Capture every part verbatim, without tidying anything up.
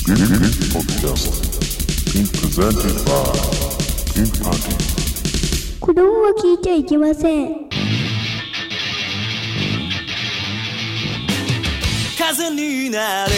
This podcast is presented by Pink Party。 子供は聞いちゃいけません。 風になれ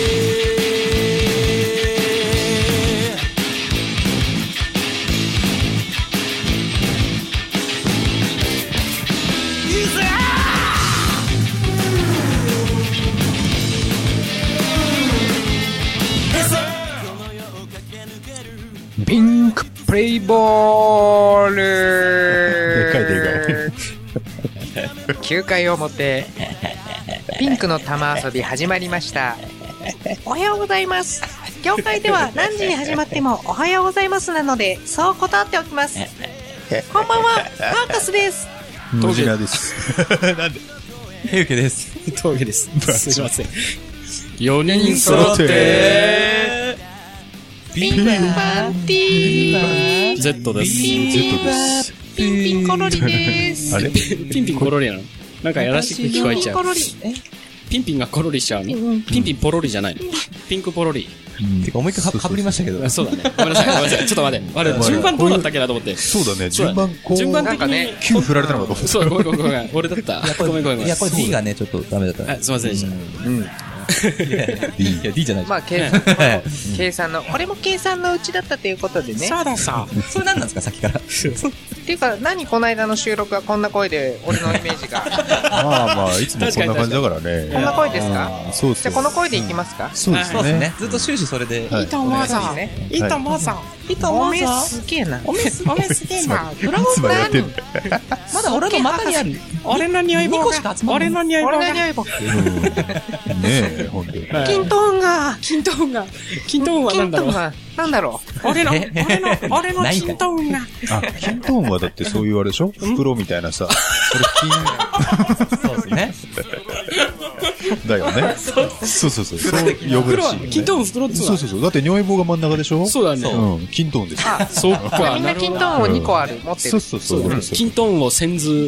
ピンクプレイボールでかいでかいきゅうかい表ピンクの玉遊び始まりました。 おはようございます。業界では何時に始まってもおはようございますなのでそう断っておきます。こんばんは、マーカスです。 ムジナです。なんでヘユケです。 峠です。すいません。よにん揃ってピンクパーティー Z です。 ピンピン Z です。 ピンピンコロリです。 あれピンピンコロリなの？なんかやらしく聞こえちゃう。 ピンコロリ。えピンピンがコロリしちゃうの？ピンピンポロリじゃないの？ピンクポロリ。 てか思いっきりかぶりましたけど。 あ、そうだね。ごめんなさい。ごめんなさい。ちょっと待って。あれ順番どうだったっけなと思って。 そうだね、順番こう順番なんかねきゅう振られたのかと思った。 そう、ごめんごめんごめん。俺だった。ごめんごめんごめん。 いや、これ D がね、ちょっとダメだった。 あ、すいませんでした。 うんいや、D いや D じゃない。 まあ計計算のこれも計算のうちだったということでね。 そうだそう。 それ何なんですか、さっきから。 っていうか何この間の収録はこんな声で俺のイメージがまあまあ、いつもこんな感じだからね。 こんな声ですか？ そうですじゃあこの声でいきますか？ そうですそうですね。 ね。ずっと終始それで。 はいいいと思うぞ。 ねいいと思うぞ。いいとおめえ思うぞ。 すげえな。 おめえすおめえすげえな。 いつまでやってんの？ まだ俺の股にある。俺の匂い棒が。俺の匂い棒が。俺の匂い棒。 ねえ、ほんとに。 キントーンが。キントーンが。 キントーンは何だろう？ なんだろ俺の俺の俺のキントーンが。 あ、キントーンはだってそういうあれでしょ？袋みたいなさ。それ金。 そうですね。 だよね。そうそうそう。そう呼ぶらしいよね。 キントーン袋っつうの？ そうそうそう。だって尿意棒が真ん中でしょ？ そうだね。 うん、キントーンですよ。 あ、 そっか。 みんなキントーンをにこある持ってる。 そうそうそう。 キントーンを線図。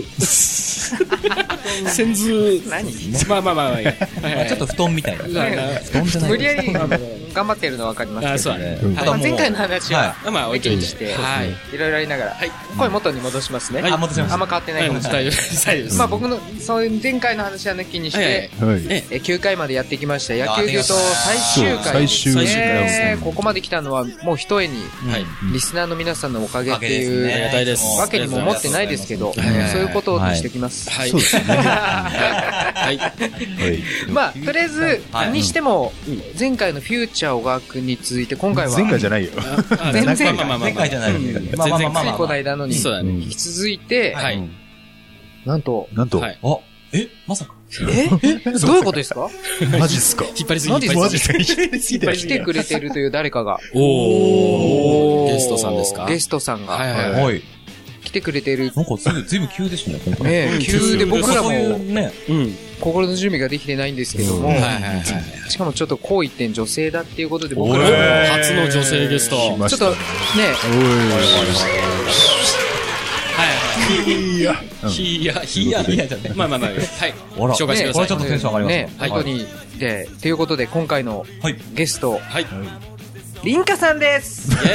線図。 何？ まあまあまあまあ。 ちょっと布団みたいな。布団じゃない。 無理やり頑張ってるの分かりますけど。 あ、そうだね。 まあ前回の話はまあ置いといて。 してはい。 いろいろありながら、声元に戻しますね。 あ、戻しまあんま変わってないかもしれない。 大丈夫です。大丈夫です。 まあ僕のそういう前回の話は抜きにしてえきゅうかいまでやってきました野球でいうと最終回ですね。ここまで来たのはもう一重にリスナーの皆さんのおかげっていうわけにも思ってないですけど、そういうことにしておきます。 はい。 そうですね。 はい。 まあとりあえずにしても前回のフューチャー小川くんに続いて今回は前回じゃないよ。 全然前回じゃない。まあまあまあまあまあ。 この間のに引き続いて、なんと、 なんと、 あ、え、まさか。 えどういうことですか？ マジっすか？ 引っ張りすぎ。 マジっすか？引っ張りすぎだよ。 来てくれてるという誰かが。 おー。ゲストさんですか？ ゲストさんが。 はいはいはい。 来てくれてる。 なんかずいぶん急ですね、今回。 ねえ、急で僕らも、 ね、 心の準備ができてないんですけども、しかもちょっとこう一点女性だっていうことで僕らも初の女性ゲスト。 ちょっとね、 はいはい。ひや、ひや、ひやじゃね。まあまあまあ、はい。紹介してください。 これちょっとテンション上がりますね。本当に。で、ということで今回のゲスト、 はい。 リンカさんです。 お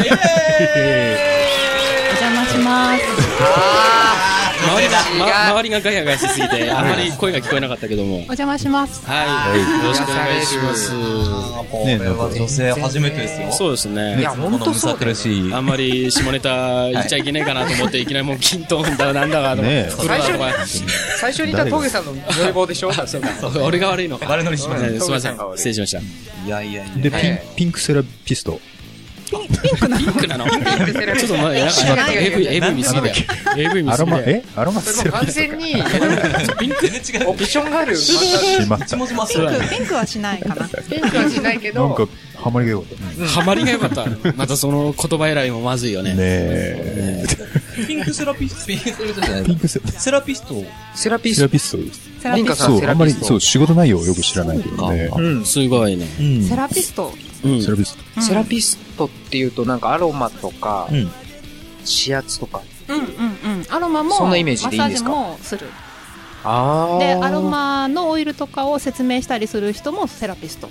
邪魔します。 周りが、周りがガヤガヤしすぎて、あんまり声が聞こえなかったけども。お邪魔します。 はい。よろしくお願いします。 ね、女性初めてですよ。 そうですね。 いや、本当そうだし。 あんまり下ネタ言っちゃいけないかなと思って、いきなりもうキントーンだなんだかとか、袋だとか。最初に言ったトゲさんの予防でしょ？ そうか。俺が悪いのか。 悪乗りしました。 すみません。失礼しました。 いやいやいや。 で、ピンクセラピスト。 ピンクなの？ ピンクなの？ちょっとまあ、エーブイ、エーブイ 見すぎだよ。エーブイ 見すぎだよ。 えアロマセラ完ピスト全に、ピンク、オプションがある。 しまった。 ピンク、ピンクはしないかな。 ピンクはしないけど。 なんか、ハマりがよかった。 ハマりがよかった。またその言葉選びもまずいよね。 ねえ。 ピンクセラピスト。ピンクセラピストじゃない。 ピンクセセラピスト。 セラピスト。 セラピストです。 リンカさん、 そう、あんまり、そう、仕事内容をよく知らないけどね。 うん。 すごいね。 セラピスト。 セラピスト。セラピストっていうとなんかアロマとか、指圧とか。 うんうんうん。アロマも、 そんなイメージでいいんですか？ マッサージもする。 ああ。 で、アロマのオイルとかを説明したりする人もセラピスト。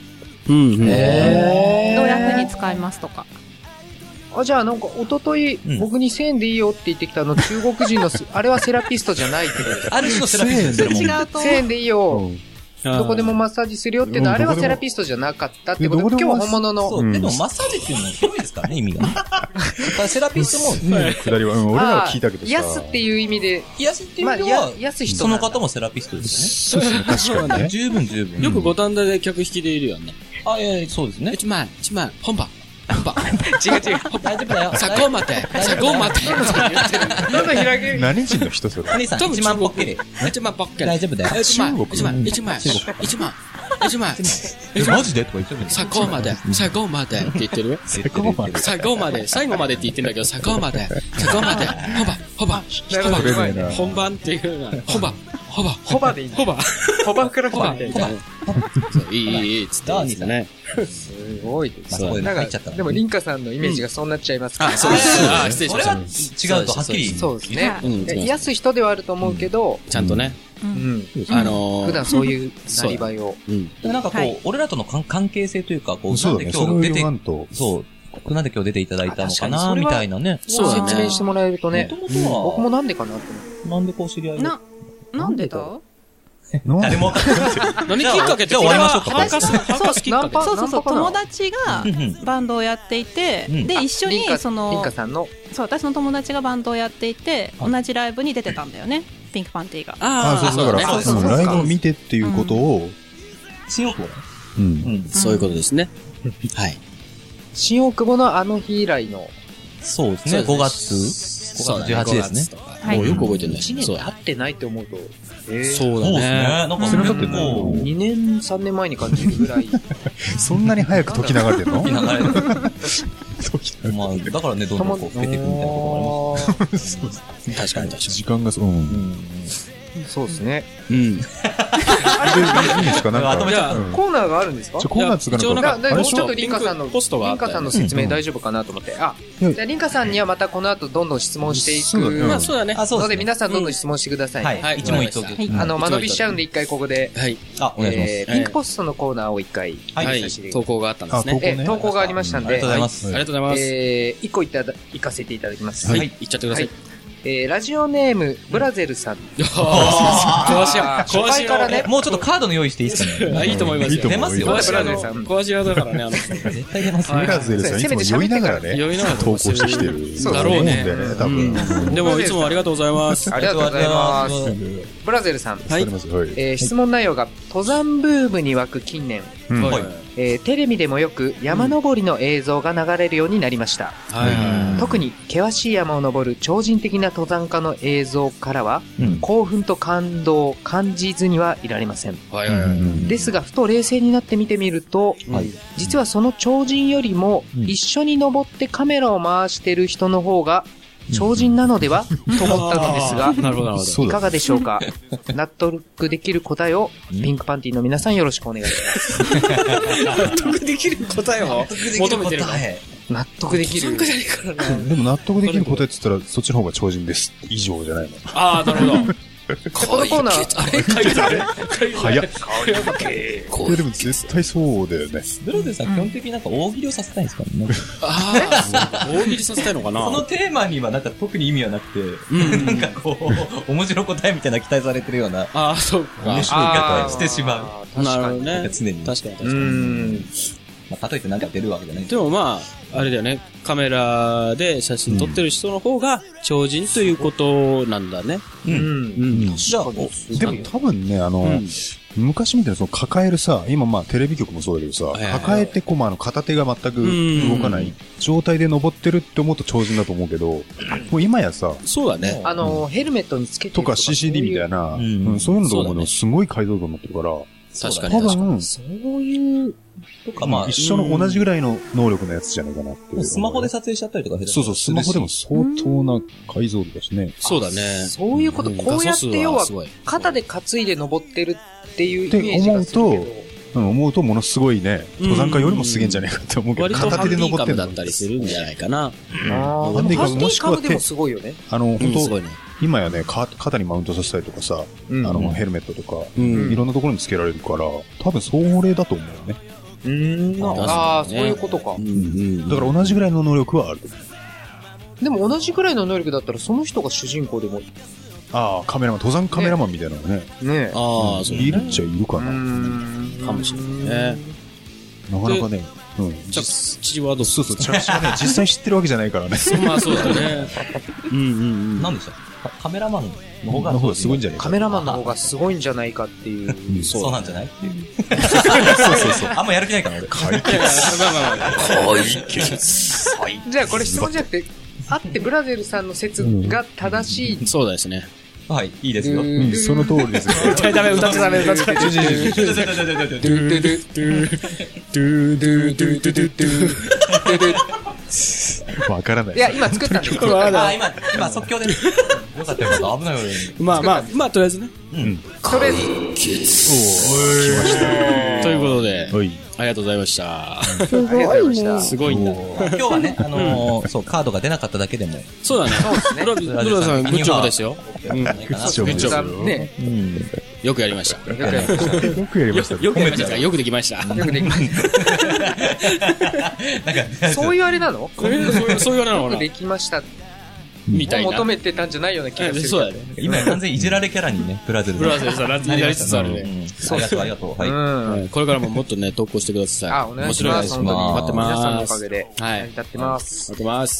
うん。 へー。どういう風に使いますとか。 あ、じゃあなんか、おととい、僕にせんえんでいいよって言ってきたの、中国人の、あれはセラピストじゃないってことですか？ ある種のセラピストです違うと。 せんえんでいいよ。どこでもマッサージするよっていうのは、あれはセラピストじゃなかったってことで、今日は本物の。 そう、でもマッサージっていうのは広いですからね、意味が。だからセラピストも、 下りは、俺らは聞いたけどさ。 癒すっていう意味で、 癒すっていう意味では、 癒す人その方もセラピストですね。そうですね、確かにね。 十分十分。 よく五反田で客引きでいるよね。 あ、いやいや、そうですね。 一万、一万、本場。本場。 違う違う。 大丈夫だよ。 さあ、ご待て。さあ、ご待て。 どんどん開ける。 何人の人それ？ 兄さん、一万ポッケリ。 一万ポッケリ。 大丈夫だよ。 一万、一万、一万、一万。一万。 え、マジでとか言ってるさあ、ごまで。さあ、ごまでって言ってる最後まで。 さあ、ごまで。最後までって言ってんだけど、さあ、ごまで。さあ、ごまで。ほば、ほば、ほば。本番っていうのは、ほば、ほば。 ほばでいいんだ。 ほば。 ほばからほば。 いい、いい、いい、つって。 兄さんね。 すごいですね。 なんか、でも、リンカさんのイメージがそうなっちゃいますから。 あ、そうです。あ、失礼しました。違うと、はっきり。 そうですね。癒す人ではあると思うけど、 ちゃんとね。 うん。 あのー、 普段そういうなりばいを。 うん。なんかこう、はい、俺らとの関係性というか、こう、 そうだね、なんで今日出て、 そう、なんで今日出ていただいたのかな、みたいなね。 そう説明してもらえるとね。 もともとは、 僕もなんでかなって思う。なんでこう知り合いな、なんでだ誰も分かってない。 何きっかけってじゃあ終わりましょうか。 ハーカス、ハーカスきっかけ。 そうそうそう、友達がバンドをやっていて、で、一緒に、その、 リンカさんの。 そう、私の友達がバンドをやっていて、同じライブに出てたんだよね。ピンクパンティが。 ああ、そうだから、ライブを見てっていうことを、 新大久保うん。 そういうことですね。はい。 新大久保のあの日以来の。 そうですね、ごがつごがつじゅうはちですね。 もうよく覚えてるね。 いちねん経ってないって思うと。 そうだね。 なんかそれだってもうにねんさんねんまえに感じるぐらい。 そんなに早く時流れてるの？ 時流れてる。まあ、だからね、どんどんこう、増えていくみたいなことがあります。 そうですね。確かに確かに。 時間が、うん。 そうですね。 うん。いいんですかなんか。 コーナーがあるんですか？ コーナーつかなんか、 もうちょっとリンカさんの、リンカさんの説明大丈夫かなと思って。あ、じゃあリンカさんにはまたこの後どんどん質問していく。 まあそうだね。 ので皆さんどんどん質問してください。 はい。一問一答。 あの、間延びしちゃうんで一回ここで。 はい。 あ、お願いします。 ピンクポストのコーナーを一回。 はい。投稿があったんですね。 投稿がありましたんで。 ありがとうございます。 ありがとうございます。 えー、一個いただ、行かせていただきます。 はい。行っちゃってください。 えー、ラジオネーム、ブラゼルさん。 壊し屋。 壊しからね。 もうちょっとカードの用意していいですかね？ いいと思いますよ。 出ますよ。 壊し屋の、壊し屋だからね、あの。 絶対出ますよ。 ブラゼルさん、いつも酔いながらね、投稿してきてる。 だろうね。 多分。 でも、いつもありがとうございます。 ありがとうございます。ブラゼルさん。 はい。 えー、質問内容が、登山ブームに沸く近年。えー、テレビでもよく山登りの映像が流れるようになりました。 はい、 特に険しい山を登る超人的な登山家の映像からは、うん、興奮と感動を感じずにはいられません。 はいはいはい、 ですが、ふと冷静になって見てみると、はい、実はその超人よりも一緒に登ってカメラを回している人の方が超人なのでは、うん、と思ったのですが、 なるほどなるほど。 いかがでしょうか？納得できる答えを、ピンクパンティの皆さんよろしくお願いします。 納得できる答えを求めてるの？ 納得できる。 でも納得できる答えって言ったら、そっちの方が超人です。以上じゃないの。 ああ、なるほど。 このコーナー、 あれ書いてある早っ。これでも絶対そうだよね。 ブロデさん、基本的になんか大喜利をさせたいんですかね。 ああ、大喜利させたいのかな。 そのテーマにはなんか特に意味はなくて、なんかこう、面白答えみたいな期待されてるような。 ああ、そうか。 面白い方してしまう。なるほどね。 常に。 確かに確かに。 まあ、例えてなんか出るわけじゃない。 でもまあ、あれだよね。カメラで写真撮ってる人の方が超人ということなんだね。 うん。うん。じゃあ、でも多分ね、あの、うん、昔みたいなその抱えるさ、今まあテレビ局もそうだけどさ、はいはいはい、抱えてこう、まあ、あの片手が全く動かない状態で登ってるって思うと超人だと思うけど、もう今やさ、 そうだね。 あの、ヘルメットにつけてとか シーシーディー みたいな、うん、うん、そういうのとかもすごい解像度になってるから、 確かに。 多分、 そういう、 とかまあ、一緒の同じぐらいの能力のやつじゃないかなっていう。 スマホで撮影しちゃったりとかそうそう、スマホでも相当な解像度だしね。 そうだね。 そういうこと、こうやって要は、肩で担いで登ってるっていうイメージがするけど。 うん、思うとものすごいね、登山家よりもすげえんじゃないかって思うけど、片手で登ってるだったりするんじゃないかな。 ああ、ハンディカムでもすごいよね。 あの、本当今やね、肩にマウントさせたりとかさ、あの、ヘルメットとか、いろんなところにつけられるから、多分それだと思うよね。 うん。ああ、そういうことか。 だから同じぐらいの能力はある。 でも同じぐらいの能力だったらその人が主人公でもいい。 ああ、カメラマン、登山カメラマンみたいなのね。 ねえ。 ああ、そう。 いるっちゃいるかな。 かもしれないね。 なかなかね。うん。 着地はどうそうそう、着地はね、実際知ってるわけじゃないからね。 まあそうだね。うんうんうん。 なんでしたカメラマンの方がすごいんじゃないか。 カメラマンの方がすごいんじゃないかっていう。 そうなんじゃないっていう。そうそうそう。あんまやる気ないから俺。 解決。解決。 じゃあこれ質問じゃなくて、あってブラゼルさんの説が正しい。 そうですね。 はい、いいですよ。 その通りですよ。 歌いダメ、歌っちゃダメ、歌っちゃダメ。 わからない。 いや、今作ったんですよ。あ、今、今即興で。よかったよかった。危ないよね。 まあまあ、まあ、とりあえずね。 うん。とりあえず。 来ました。 ということで、ありがとうございました。 すごいね。 すごいんだ。 今日はね、あの、そう、カードが出なかっただけでも。 そうだね。そうですね。ブラザーさん、グッジョブですよ。 グッジョブね。よくやりました。 よくやりました。よくやりました。 よくやりました。よくできました。 よくできました。そういうあれなの？ そういうあれなのかな？ よくできました。 みたいな。 求めてたんじゃないような気がする。 そうだね。 今完全いじられキャラにね、ブラゼル。 ブラゼルさん、やりつつあるね。 ありがとう、ありがとう。 はい。これからももっとね、投稿してください。 あ、お願いします。 面白いです。待ってます。 皆さんのおかげで。はい。立ってます。 待ってます。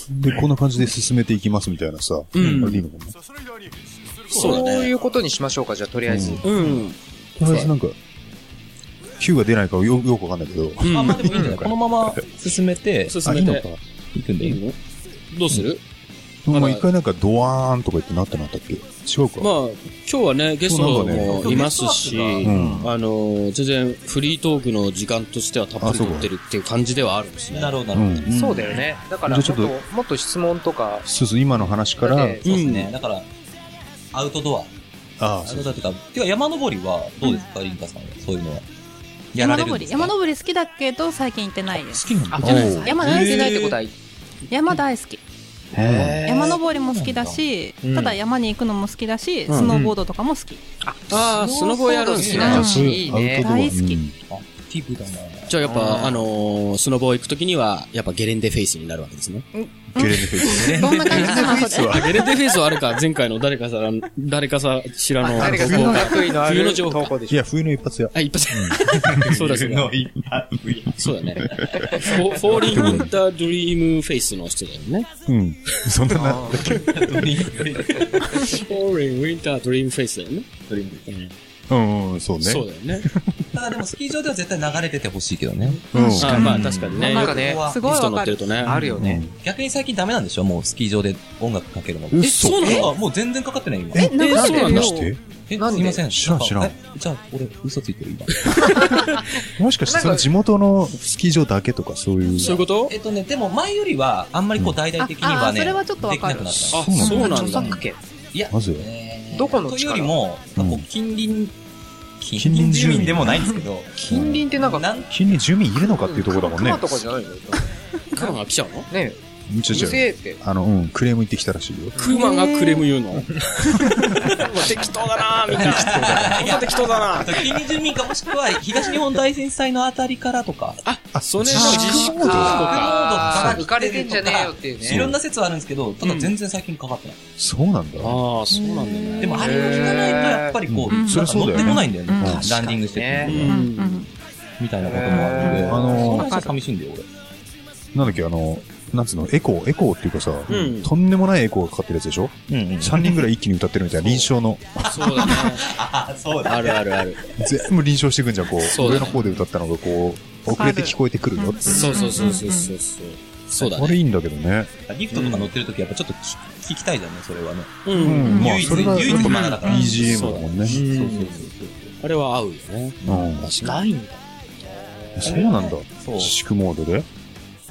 で、こんな感じで進めていきますみたいなさ。うん。あれでいいのかな？ そういうことにしましょうか、じゃあ、とりあえず。 うん。 とりあえずなんか、Q が出ないかよくわかんないけど。 あ、まあでもいいんじゃないこのまま進めて、 進めて。 いくんでいいの？ どうする？ まあ一回なんかドワーンとか言ってなってなったっけ？違うか。 まあ、今日はね、ゲストもいますし、あの、全然フリートークの時間としてはたっぷり取ってるっていう感じではあるんですね。 なるほど、なるほど。 そうだよね。だから、もっと、もっと質問とか。 そうそう、今の話から。そうですね。だから、アウトドア。 ああ、 アウトドアとか、てか山登りはどうですか、リンカさんは。そういうのは。 山登り。山登り好きだけど、最近行ってないです。 好きなんだ。 山大好き。 行ってないってことは山大好き。山登りも好きだし、ただ山に行くのも好きだし、スノーボードとかも好き。 ああ、スノボやるんですね。 いいね。 大好き。 ティープだね。 じゃあやっぱ、あの、スノボ行くときには、やっぱゲレンデフェイスになるわけですね。 ゲレンデフェイス。 どんな感じなのそれ。 ゲレンデフェイスはあるか、前回の誰かさ、誰かさ、知らの。 誰か冬の冬の情報でしょ。いや、冬の一発や。 あ、一発。そうですね。 冬の一発。 そうだね。フォーリングウィンタードリームフェイスの人だよね。 うん。そんななんだっけ。 フォーリングウィンタードリームフェイスだよね。ドリーム。 うんうん、そうね。 そうだよね。 ただでもスキー場では絶対流れててほしいけどね。 うん。あまあ確かにね。 なんかね、 すごいわかる。 あるよね。 逆に最近ダメなんでしょもうスキー場で音楽かけるの。 え、そうなの？ もう全然かかってない今。 え、なんでなんでして？ え、すいません。 知らん知らん。 じゃあ、俺、嘘ついてる今。 もしかしてその地元のスキー場だけとかそういう。 そういうこと？ えっとね、でも前よりは、あんまりこう大々的にはね、 それはちょっとわかる。 できなくなった。 あ、そうなんだ。 著作権。 いや、 まずどこのというよりも、近隣、 近隣住民でもないんですけど。 近隣ってなんか、 近隣住民いるのかっていうところだもんね。 熊とかじゃないの？ 熊が来ちゃうの？ ねえ。 ちょちょあの、うん、クレーム言ってきたらしいよ。 熊がクレーム言うの？適当だなみたいな。適当だな適当だな近隣住民かもしくは東日本大震災のあたりからとか。 あ、それの自粛モードとか。浮かれてんじゃねえよっていうね。 いろんな説はあるんですけど、ただ全然最近かかってない。 そうなんだ。 ああ、そうなんだね。 でもあれを聞かないとやっぱりこう、乗ってこないんだよね。ランディングしてて。みたいなこともあるんで。あのー、寂しいんだよ、俺。 なんだっけ、あの、なんつうの、エコー、エコーっていうかさ、うん、とんでもないエコーがかかってるやつでしょ？うんうん、さんにんぐらい一気に歌ってるみたいな、臨床の。 そうだね。 あ、そうだ。 あるあるある。 全部臨床してくんじゃん、こう。うね、上の方で歌ったのがこう、遅れて聞こえてくるよって。 そうそうそうそうそう。そうだね。 あれいいんだけどね。 リフトとか乗ってるときやっぱちょっと聞きたいじゃんね、それはね。 うん。 まあ、それが唯一マナだから。 ビージーエム だもんね。 そうそうそう。あれは合うよね。 うん。 確かに。 ないんだ。 そうなんだ。自粛モードで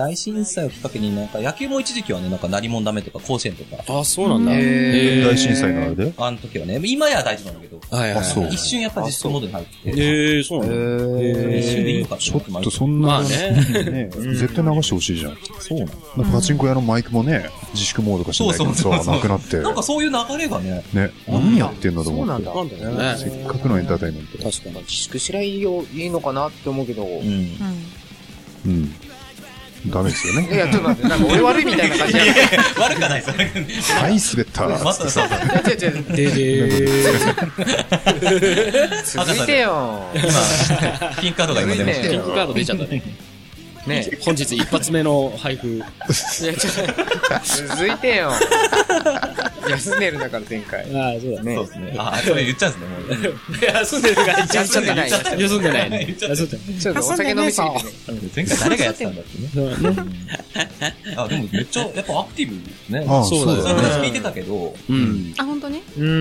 大震災をきっかけになんか野球も一時期はね、なんか鳴り物ダメとか甲子園とか。 あ、そうなんだ。 へー。大震災のあれであの時はね、今や大丈夫なんだけど。 はいはい。 一瞬やっぱ実質モードに入って。 えー、そうなんだ。 一瞬でいいのかちょっとそんな、 まあね。 絶対流してほしいじゃん。 そうなの。パチンコ屋のマイクもね、自粛モードかしないけどさ、なくなって。 なんかそういう流れがね。 ね。何やってんだと思って。 そうなんだ。 せっかくのエンターテインメント。 確かに。自粛しないよ、いいのかなって思うけど。うん。 うん。ダメですよね。 いや、ちょっと待って、なんか俺悪いみたいな感じで。 悪くはないですよ。 はい、滑った。 まさそう。 違う違う。ででー。続いてよ。 今、ピンクカードが今出ました。 ピンクカード出ちゃったね。ね、本日一発目の配布。いや、ちょっと、 続いてよ。休んでるんだから前回。 ああ、そうだね。 そうですね。ああ、それ言っちゃうんですね、もう。 いや、休んでるから休んでない。 休んでないね。 ちょっとお酒飲みすぎてね。 前回誰がやってたんだってね。あ、でもめっちゃ、やっぱアクティブですね。 ああ、そうだよね。 聞いてたけど。 うん。 あ、本当に？ うん。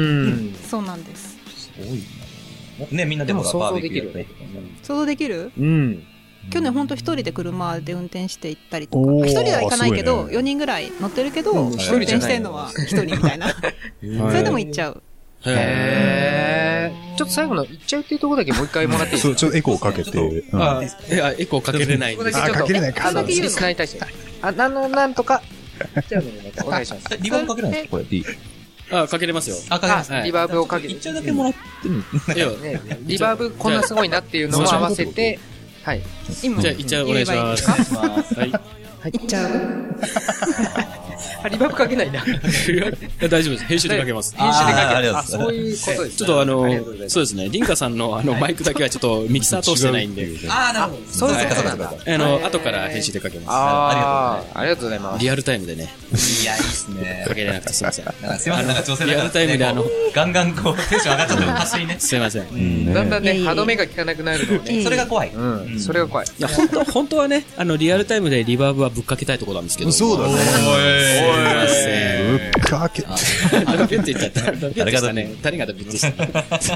そうなんです。 すごいな。ね、みんなでも想像できる。 想像できる？ うん。 去年ほんと一人で車で運転して行ったりとか、一人では行かないけど、よにんぐらい乗ってるけど、運転してるのは一人みたいな。それでも行っちゃう。 へー。ちょっと最後の行っちゃうっていうところだけもう一回もらっていいですか？ そう、ちょっとエコーかけて。 あ、エコーかけれない。 ここだけちょっと、 かけれないか。 あの、リスナーに対して。あ、なの、なんとか。じゃあ、お願いします。 リバーブかけないんですかこれ、D。 あ、かけれますよ。 あ、かけます。 リバーブをかけて。 一丁だけもらってる。 リバーブこんなすごいなっていうのも合わせて、はい。 今、じゃあ、いっちゃう、お願いします。はい。 いっちゃう。 あ、リバーブかけないな。 大丈夫です。編集でかけます。 編集でかけます。 あ、そういうことです。 ちょっとあの、そうですね。リンカさんのあの、マイクだけはちょっとミキサー通してないんで。 ああ、なるほど。 そういうことなんだ。 あの、後から編集でかけます。 ああ、ありがとうございます。 リアルタイムでね。 いや、いいっすね。 かけれなかった。すいません。 すいません、なんか調整リアルタイムであの、 ガンガンこう、テンション上がっちゃった。走りね。 すいません。 だんだんね、歯止めが効かなくなるのね。 それが怖い。 うん。それが怖い。 いや、本当本当はね、あの、リアルタイムでリバーブはぶっかけたいところなんですけど。 そうだね。 すいません。 ぶっかけ。 あ、ビュって言っちゃった。誰がだね。誰がだビュってした。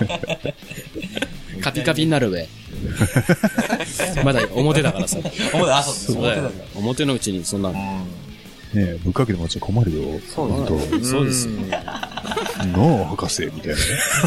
カピカピになるべ。まだ表だからさ。 表だ、そうだよ。表のうちにそんな。ねえ、ぶっかけてもらっちゃ困るよ。 そうだね。 そうですよ。 ノー博士みたい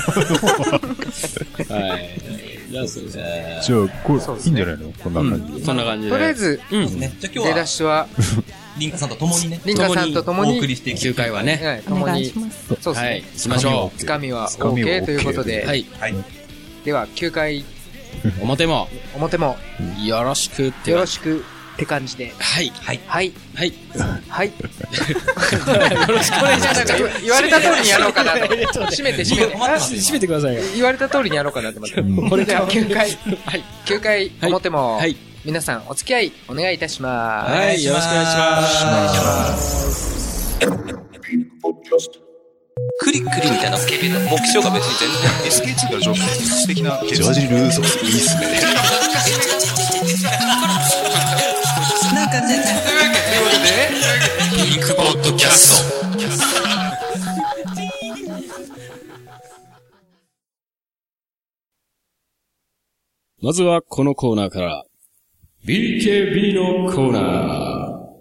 なね。 はい。じゃあ、そうですね。 じゃあ、これ、いいんじゃないのこんな感じで。 こんな感じで。 とりあえず、 うん。 じゃあ今日は、 出だしは、 リンカさんと共にね。 リンカさんと共に、 お送りしていく。 きゅうかいはね。 お願いします。 そうですね。 しましょう。 つかみは OK ということで。 はい。 では、きゅうかい、 表も、 表も、 よろしくって。 よろしくって感じで。 はい。 はい。はい。 はい。 はい。よろしくお願いします。言われた通りにやろうかなと思って。閉めて閉めて。 閉めてくださいよ。 言われた通りにやろうかなと思って。これではきゅうかい、きゅうかい表も、皆さんお付き合いお願いいたします。 はい。よろしくお願いします。お願いします。 クリクリみたいなスケベな目標が別に全然 エスケーツー が上手素敵なジャージルーソースいいっすね。 なんかね、というわけでピンクポッドキャスト。 まずはこのコーナーから ビーケービー のコーナー。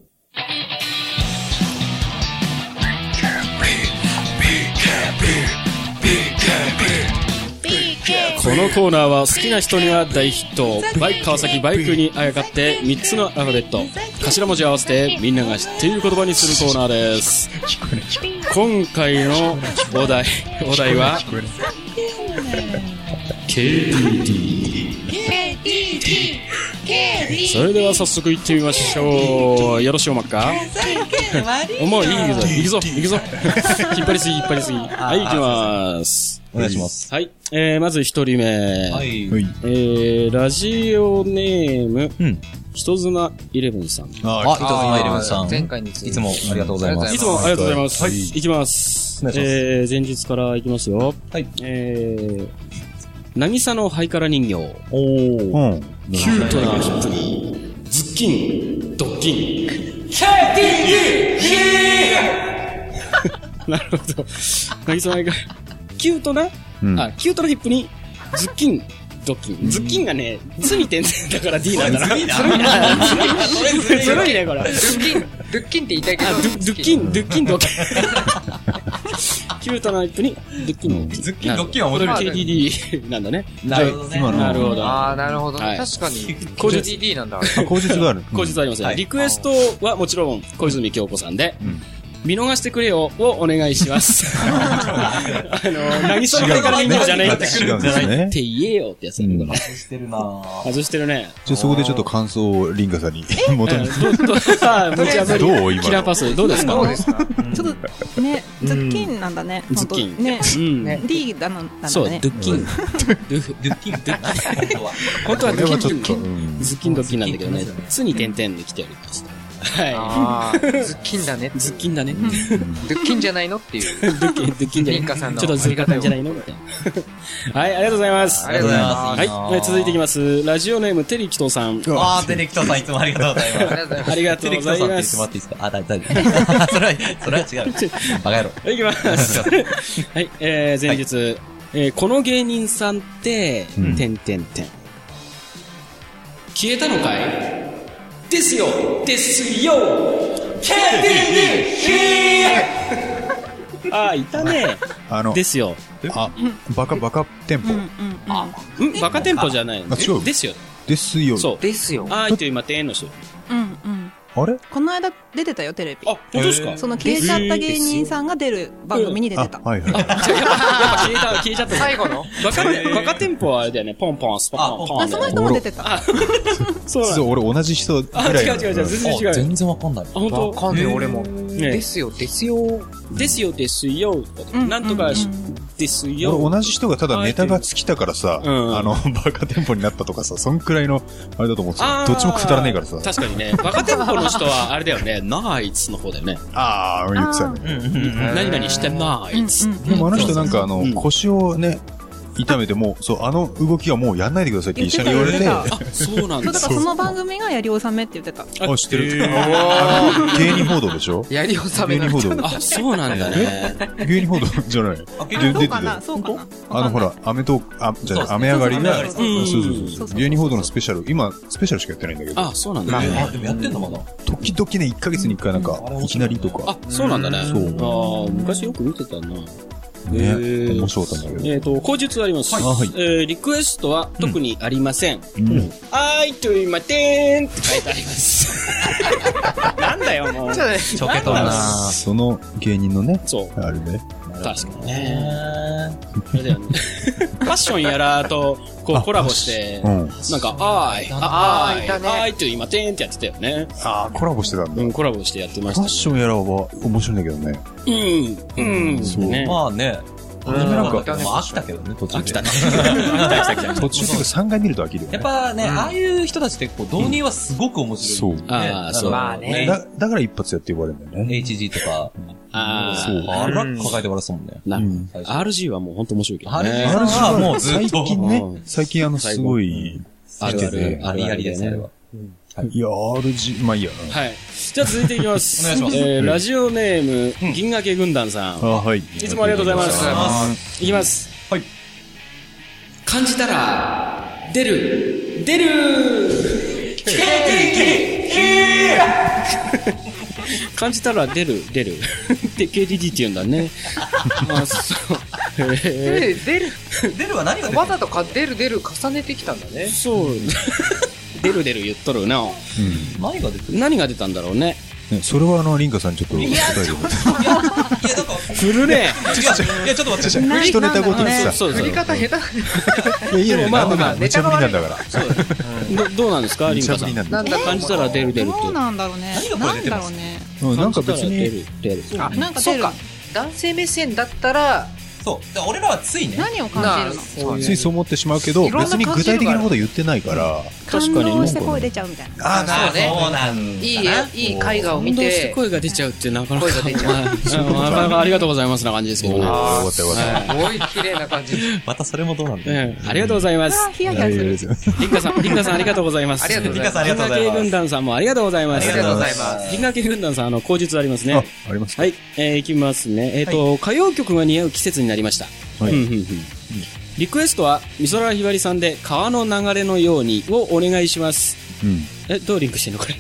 このコーナーは好きな人には大ヒット。バイク川崎バイクにあやかってみっつのアルファベット頭文字合わせてみんなが知っている言葉にするコーナーです。今回のお題お題は ケーティーティー。 それでは早速行ってみましょう。よろしおまっか。もういいぞいくぞいくぞ。引っ張りすぎ引っ張りすぎ。はい、行きます。 お願いします。 はい。えー、まず一人目。 はい。 えー、ラジオネーム、うん。人妻イレブンさん。 あ、人妻イレブンさん。 前回にいつもありがとうございます。 いつもありがとうございます。はい。行きます。えー、前日から行きますよ。はい。えー、なぎさのハイカラ人形。おー。うん。キュートなヒップに、ズッキン、ドッキン。ケーティーティー。なるほど。なぎさのハイカラ。キュートな、うん、あ、キュートなヒップに、ズッキン、 ドッキン。ズッキンがね、ツに点々だから D なんだな。 ずるいな。 ずるいね、これ。 ドゥッキン、ドゥッキンって言いたいけど。 ドゥッキン、ドゥッキンドッキン。キュートなアップに、ドゥッキン。 ズッキンドッキンは面白い。 これ ケーディーディー なんだね。 なるほどね。 なるほど。 ああ、なるほど。確かに。口述 ディーディー なんだ。 口述がある。 口述ありますね。リクエストはもちろん、小泉京子さんで、見逃してくれよをお願いします。あの、何そのハイカラ人形じゃねえって違うんですね。 って言えよってやつだけどね。 外してるなぁ。 外してるね。 じゃあそこでちょっと感想をリンガさんに求めて。 どう、どう、さあ、無茶ぶり。 どう今キラーパス、どうですかどうですかちょっと、ね、ズッキンなんだね。 ズッキン。 ね。 うん。 D だなんだね。 そう、ドゥッキン。ドゥッキン、ドゥッキン。本当はドゥッキン。ズッキンドッキンなんだけどね。つに点々で来ております。 はい。ズッキンだね。 ズッキンだね。 ドゥッキンじゃないのっていう。 ドゥッキン、ドゥッキンじゃない。 リンカさんの。 ちょっとズッキンじゃないのみたいな。はい、ありがとうございます。 ありがとうございます。 はい、続いていきます。ラジオネーム、テリキトさん。 あー、テリキトさんいつもありがとうございます。 ありがとうございます。 テリキトさんって言ってもらっていいですかあ、だ、だ、それは、それは違う。バカ野郎。 はい、いきます。はい、えー、前日、えー、この芸人さんって、てんてんてん。消えたのかいですよですよケーディーディーあー、いたね。 あの、 ですよ。 あ、バカバカ店舗。 あ、んバカ店舗じゃないの。 違う。 ですよ。 ですよ。 そう。 ですよ。 あーいと今、てんの人。 うんうん。 あれこの間出てたよ、テレビ。 あ、本当ですかその消えちゃった芸人さんが出る番組に出てた。 はいはい。 あ、やっぱ消えた、消えちゃった。 最後のバカ、バカ店舗はあれだよね。ポンポン、スポンポン。 あ、その人も出てた。 そうなんだ。 俺同じ人ぐらい。 あ、違う違う違う、全然違う。 全然わかんない。あ、 本当わかんねえ、俺も。ですよ、ですよ。 ですよ、ですよ。なんとか、ですよ。 俺同じ人がただネタが尽きたからさ、あの、バカ店舗になったとかさ、そんくらいの、あれだと思ってた。どっちもくだらねえからさ。 確かにね。バカ店舗の人は、あれだよね。ナイツの方だよね。 ああ、言ってたね。 何々してナイツ。 でもあの人なんかあの、腰をね、痛めても、そう、あの動きはもうやんないでくださいって一緒に言われて。 あ、そうなんだ。 そう、だからその番組がやり納めって言ってた。 あ、知ってる。芸人報道でしょやり納め。 芸人報道。 あ、そうなんだね。 芸人報道じゃない。 そうかな、そうかな。 あのほら、アメトーク、あ、じゃあ、雨上がりが、そうそうそう。芸人報道のスペシャル、今、スペシャルしかやってないんだけど。 あ、そうなんだね。 あ、でもやってんのまだ時々ね、いっかげつにいっかいなんか、いきなりとか。 あ、そうなんだね。 そう。 ああ、昔よく見てたな。 ね、面白かったんだけど。 えっと、口述あります。はい。えー、リクエストは特にありません。うん。あーいといまてーんって書いてあります。なんだよ、もう。ちょっとね、 ちょけとるなその芸人のね。 そう。 あるね。 確かにね。あれだよね。ファッションやらと、こうコラボして、なんか、あーい、あーい、あーいといまてーんってやってたよね。 あー、コラボしてたんだ。 うん、コラボしてやってました。 ファッションやらは面白いんだけどね。 うん、うん、 そう。まあね。なんか、飽きたけどね、途中で。 飽きたね。飽きた飽きた途中でさんかい見ると飽きるよね。 やっぱね、ああいう人たちってこう、導入はすごく面白い。 そう。 ああ、そう。 まあね。 だから一発やって呼ばれるんだよね。 エイチジー とか。 ああ。 そう。あら、抱えて笑ったもんね。 なるほど。アールジー はもう本当面白いけどね。 アールジー はもうずっと。 最近ね、最近あの、すごい、 あるある、 ありありですね。 いや、アールジー、まあいいや。 はい。じゃあ続いていきます。 お願いします。 えー、ラジオネーム、銀河系軍団さん。 あ、はい。いつもありがとうございます。いきます。 はい。 感じたら、出る、出る感じたら出る、出る。で、ケーディーディー って言うんだね。あ、そう。 出る、出る。 出るは何が出るわざとか出る出る重ねてきたんだね。 そう。出る出る言っとるな。 何が出てる何が出たんだろうね。 それはあの、リンカさんちょっと答えて。いや、いや、なんか、 振るね。 いや、ちょっと待って、 一ネタごとにさ。 そうそう。 振り方下手。 いや、いいよ、まあまあ、無茶ぶりなんだから。 そうどうなんですか、リンカさん。 なんだ感じたら出る出るって。 どうなんだろうね。なんだろうね。 なんか別に。 出る、出る。 あ、なんか出る。 男性目線だったら、 そう。俺らはついね。 何を感じるのついそう思ってしまうけど、別に具体的なこと言ってないから。 確かに。感動して声出ちゃうみたいな。 ああ、そうね。そうなんいい、いい絵画を見て。 感動して声が出ちゃうってなかなか。 声が出ちゃう。 なかなかありがとうございますな感じですけどね。 よかったよかった。 すごい綺麗な感じ。 またそれもどうなんだありがとうございます。 ヒヤヒヤする。 リンカさん、リンカさんありがとうございます。 ありがとうございます。 ありがとうございます。 銀河系軍団さんもありがとうございます。 ありがとうございます。 銀河系軍団さん、あの、口述ありますね。 あります。 はい。えー、いきますね。えっと、歌謡曲が似合う季節になりました。はい。 リクエストは、美空ひばりさんで川の流れのようにをお願いします。うん。え、どうリンクしてんのこれ。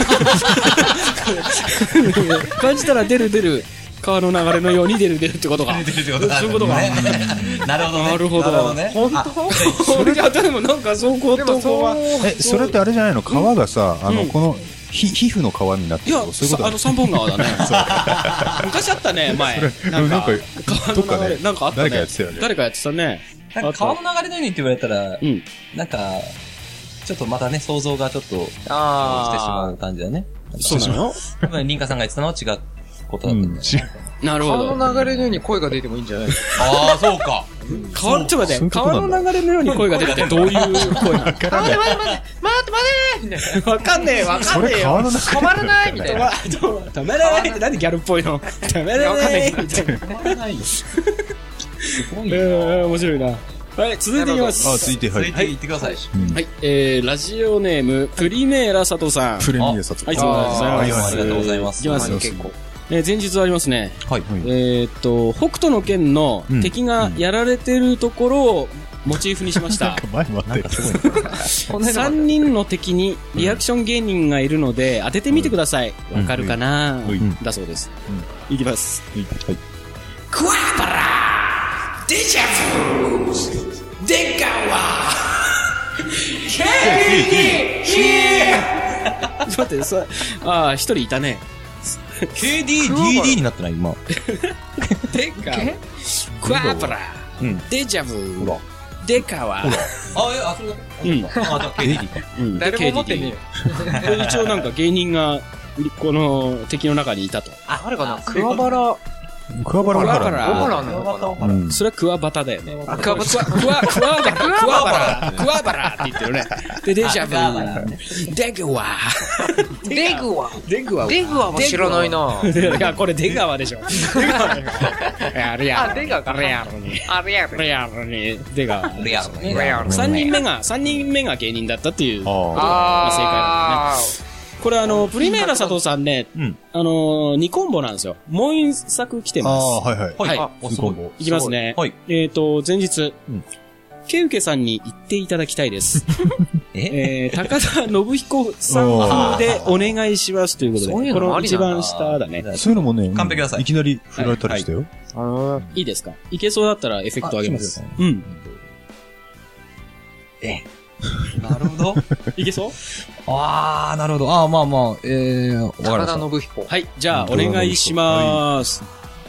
感じたら出る出る。川の流れのように出る出るってことか。出るってことか。そういうことか。 なるほどね。 なるほど。 本当それじゃ、でもなんかそうこうとこは。 え、それってあれじゃないの川がさ、あの、この、ひ、皮膚の川になってるとそういうことあの三本川だね。昔あったね、前。なんか、川の流れ、なんかあったね。誰かやってたよね。誰かやってたね。 川の流れのようにって言われたら、なんか、ちょっとまたね、想像がちょっと、してしまう感じだね。 そうなの？ 多分、リンカさんが言ってたのは違う。ことだったんだよね。 なるほど。 川の流れのように声が出てもいいんじゃない？ ああ、そうか。 川、ちょっと待って、川の流れのように声が出るってどういう声なの？待って待って待って待って待ってわかんねえわかんねえよ。止まらないみたいな。止まらないってなんでギャルっぽいの？止まらないみたいな。止まらないよ。すごいな。面白いな。はい、続いていきます。 あ、続いて、はい。 はい、行ってください。 はい、えー、ラジオネーム、プリメーラ佐藤さん。 プリメーラ佐藤。 はい、ありがとうございます。 いきますよ、結構。えー、前日ありますね。 はい。 えーっと、北斗の拳の敵がやられてるところをモチーフにしました。 前待って。 さんにんの敵にリアクション芸人がいるので当ててみてください。わかるかなだそうです。いきます。はい。クワバラデジャブデカワケーディーヒーちょっと待って、そああ、一人いたね。 ケーディーディーディー になってない今。 デカクワバラデジャブデカワあ、え、 あ、それだけうん。あ、じゃあ ケーディーディー か。 うん。誰も持ってねえよ。一応なんか芸人がこの敵の中にいたと。 あ、あれかなクワバラクワバラクワバラ。 クワバラなのかな。 それはクワバタだよね。クワバタ。クワ、クワ、クワバラ。クワバラ。クワバラって言ってるね。で、デジャブ。デグワ。 デグワ。 デグワ。 デグワは知らないな。 いや、これデガワでしょ。デガワ。あれや。 あ、デガか。 レアロに。 あ、レアロ。 レアロに。デガワ。 レアロね。 レアロ。 三人目が、三人目が芸人だったっていう。 ああ、正解だね。これあの、プリメーラ佐藤さんね、うん、あの、にコンボなんですよ。もう一作来てます。 ああ、はいはい。 はい。 あ、すごい。 いきますね。 はい。 えっと、前日、うん、ケウケさんに言っていただきたいです。えー、高田信彦さん風でお願いしますということで、この一番下だね。 そういうのもね、 完璧ださい。 いきなり振られたりしたよ。 はい。いいですか？いけそうだったらエフェクトあげます。うん。 えなるほど。 いけそう？ あー、なるほど。あー、まあまあ、えー、わかりました。 高田信彦。 はい、じゃあ、お願いしまーす。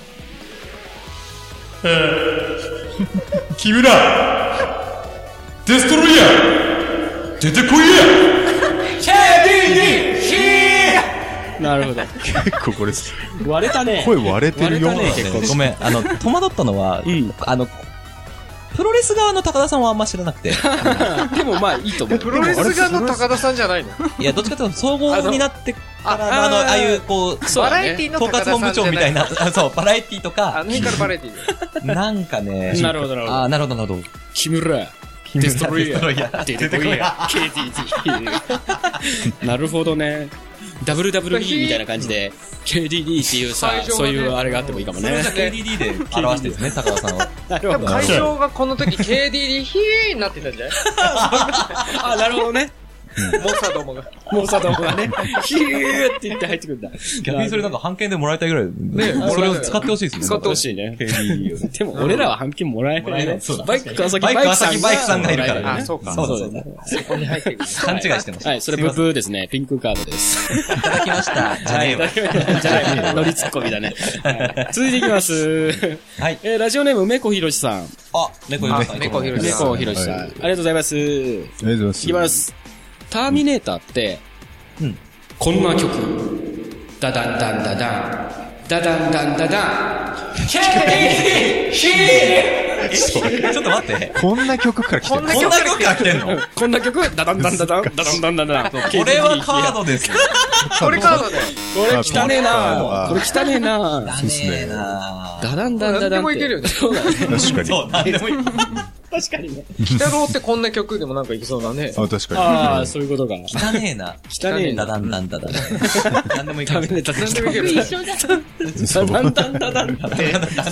えー、木村デストロイヤー出てこいやケーディーディー ヒーなるほど。 結構これ、 割れたね。 声割れてるよ。 割れたね、結構。 ごめん、あの、戸惑ったのは、うん、あの、プロレス側の高田さんはあんま知らなくて。 でもまあいいと思う。 プロレス側の高田さんじゃないの？ いや、どっちかというと総合になってからの、あの、ああいうこう、 バラエティの統括本部長みたいな、そう、バラエティとか。 あの辺からバラエティなんかね。 なるほど、なるほど。 あ、なるほど、なるほど。 木村。デストロイヤー。出てこいや。ケーディーディー。なるほどね。ダブリューダブリューイー みたいな感じで、ケーディーディー っていうさ、そういうあれがあってもいいかもね。 ケーディーディー で表してですね、高田さんは。 なるほど。 会場がこの時 ケーディーディー ヒーになってたんじゃない？ あ、なるほどね。 モサどもが。 モサどもがね、ヒーって言って入ってくるんだ。 逆にそれなんか半券でもらいたいぐらい。ね、それを使ってほしいですね。 使ってほしいね。でも俺らは半券もらえないね。バイク川崎バイクさんがいるからね。あ、そうか。 そうですね。 そこに入ってくる。 勘違いしてました。 はい、それブブーですね。ピンクカードです。 いただきました。じゃねえわ。 じゃねえ。乗りツッコミだね。続いていきます。はい。え、ラジオネーム、めこひろしさん。 あ、めこひろしさん。 めこひろしさん。めこひろしさん。ありがとうございます。ありがとうございます。 いきます。ターミネーターって、うん、こんな曲。ダダンダンダダン。ダダンダンダダン。ヒーヒーちょっと待って。 こんな曲から来てる。 こんな曲から来てんの？ こんな曲ダダンダンダダン。ダダンダンダダン。これはカードですよ。 これカードだよ。 これ汚ねえなこれ汚ねえな汚ねえなダダンダンダダン。 何でもいけるよね。 そうだね。 確かに。 そう、何でもいい。 確かにね。 鬼太郎ってこんな曲でもなんかいきそうだね。 あ、確かに。 ああ、そういうことか。 汚ねえな。 汚ねえな。 ダダンダンダダン。なんでもいいダメね、ダメね。 一緒じゃん。 ダダンダンダダンって。ちょっ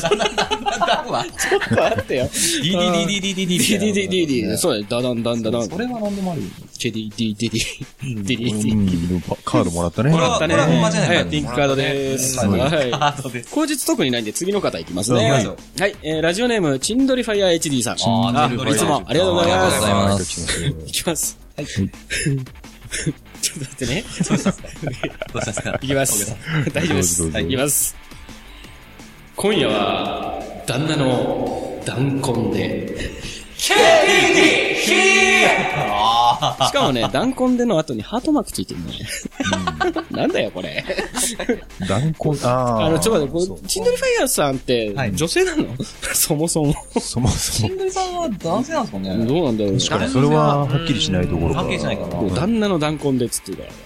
と待ってよ。 ディディディディディディディディディディディディディ。そうだよ、ダダンダンダダン。 それはなんでもあるよ。 チェディディディディ。ディディディ。 カードもらったね。 もらったね。 はい、ピンクカードでーす。はい。 カードです。 口実特にないんで次の方いきますね。はい。えー、ラジオネーム、チンドリファイヤー エイチディー さん。ああ、いつもありがとうございます。ありがとうございます。いきます。はい。ちょっと待ってね。 どうしたんですかどうしたんですかいきます。大丈夫です。はい、いきます。今夜は、旦那の弾痕で、ケーディーディー ヒーしかもね、弾痕での後にハートマークついてるね。なんだよ、これ。 弾痕、ああ。 あの、ちょっと待って、チンドリファイヤーさんって、女性なのそもそも。 そもそも。 チンドリさんは男性なんですかねどうなんだろう。 確かに、それははっきりしないところか。 はっきりしないかな。 旦那の弾痕でっつってたから。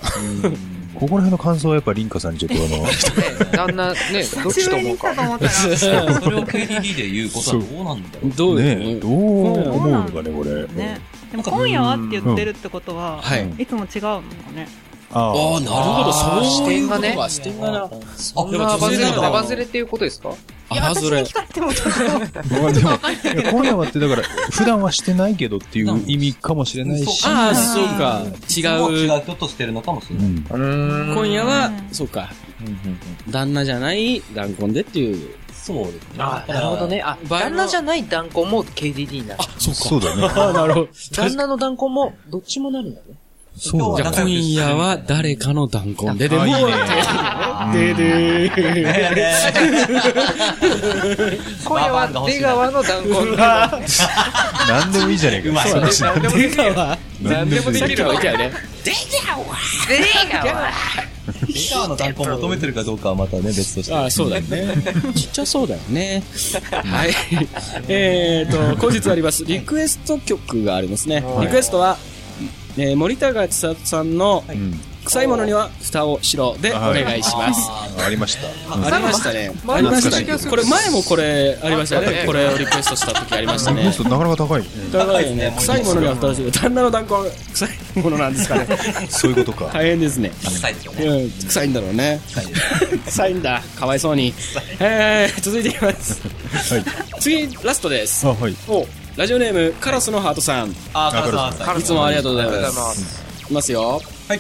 ここら辺の感想はやっぱリンカさんにちょっとあの、 旦那、ね、どっちと思うか。 それを ケーディーディー で言うことはどうなんだろう。 どうね、どう思うのかね、これ。 ね。でも今夜はって言ってるってことは、いつも違うのかね。 ああ、なるほど、そういうことか、視点がな。 そんなアバズレ、アバズレっていうことですか？ いや、私に聞かれてもちょっと。今夜はってだから、普段はしてないけどっていう意味かもしれないし。 ああ、そうか。違う。 違う人としてるのかもしれない。 今夜は、そうか。旦那じゃない弾痕でっていう。 そうですね。 あ、なるほどね。あ、旦那じゃない弾痕も ケーディーディー になる。 あ、そうか。 そうだね。 あ、なるほど。 旦那の弾痕もどっちもなるんだね。 そうじゃあ今夜は誰かの弾痕ででも、でで今夜は出川の弾痕なんでもいいじゃねえか。うまい。 出川。 なんでもできるわけやね。 出川出川出川の弾痕求めてるかどうかはまたね、別として。 ああ、そうだよね。ちっちゃそうだよね。はい。えーと、後日あります。リクエスト曲がありますね。リクエストは、えー、森高千里さんの、臭いものには蓋をしろでお願いします。 ありました。 ありましたね。ありましたね。これ前もこれありましたね。これをリクエストした時ありましたね。 なかなか高い。 高いね。臭いものには蓋をしろ。旦那の弾痕、臭いものなんですかね。 そういうことか。 大変ですね。 臭いですよね。 うん、臭いんだろうね。臭いんだ。かわいそうに。えー、続いていきます。はい。次、ラストです。 あ、はい。 お、ラジオネーム、カラスのハートさん。 あ、カラスさん。 いつもありがとうございます。いきますよ。 はい。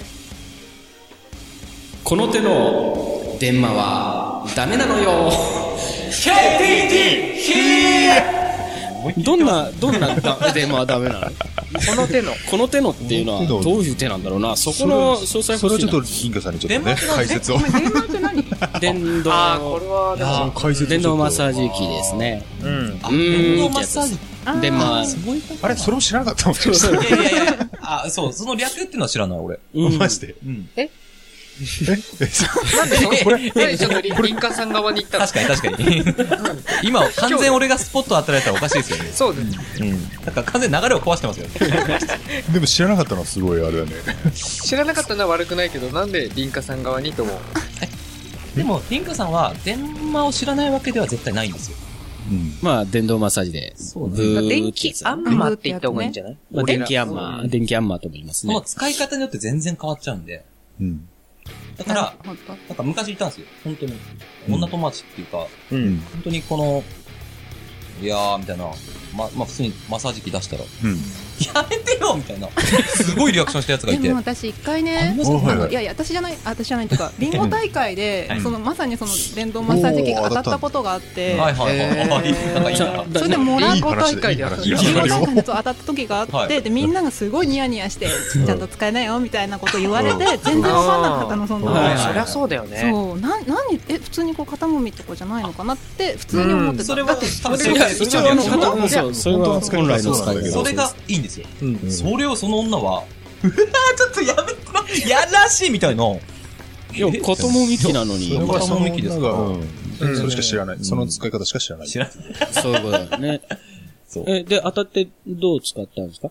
この手の電話はダメなのよ。ケーディーディー ヒーどんな、どんな電話はダメなの？ この手の。 この手のっていうのはどういう手なんだろうな。そこの詳細それはちょっとリンカさんにちょっとね、解説を。 電話って何？ 電動。 あ、これはでも解説。 電動マッサージ機ですね。 うん。 電動マッサージ電話。 あれ、それも知らなかったもん。 いやいやいや、あ、そう、その略っていうのは知らない、俺。 マジで。 ええなんでこれ、何ちょっとリンカさん側に行ったの？ 確かに確かに。今、完全俺がスポット当てられたらおかしいですよね。 そうです。 うん。なんか完全流れを壊してますよね。 でも知らなかったのはすごいあれだね。 知らなかったのは悪くないけど、なんでリンカさん側にと思う。 でも、リンカさんは電話を知らないわけでは絶対ないんですよ。 うん、まあ、電動マッサージで。 そうね。電気アンマーって言った方がいいんじゃない？ まあ、電気アンマー、電気アンマーとも言いますね。 その使い方によって全然変わっちゃうんで。うん。だから、なんか昔言ったんですよ。本当に。女友達っていうか、うん、本当にこの、いやー、みたいな、ま、まあ、普通にマッサージ機出したら、うん、やめてよみたいな、すごいリアクションしたやつがいて。 でも私一回ね、いやいや、私じゃない、私じゃないっていうか、ビンゴ大会で、その、まさにその電動マッサージ機が当たったことがあって、はいはいはい。それでもらう大会で当たった時があって、で、みんながすごいニヤニヤして、ちゃんと使えないよみたいなこと言われて、全然わかんなかったの、そんな。 そりゃそうだよね。 そう、な、なに、え、普通にこう肩もみとかじゃないのかなって、普通に思ってた。 それは、 それが一応の方、 そう、それは本来の使い方。 それがいいんですよ。それをその女は、うわーちょっとやめて、やらしいみたいな。 いや、肩もみ機なのに。 肩もみ機ですか？ それしか知らない。その使い方しか知らない。 知らない。 そういうことだね。え、で、当たってどう使ったんですか？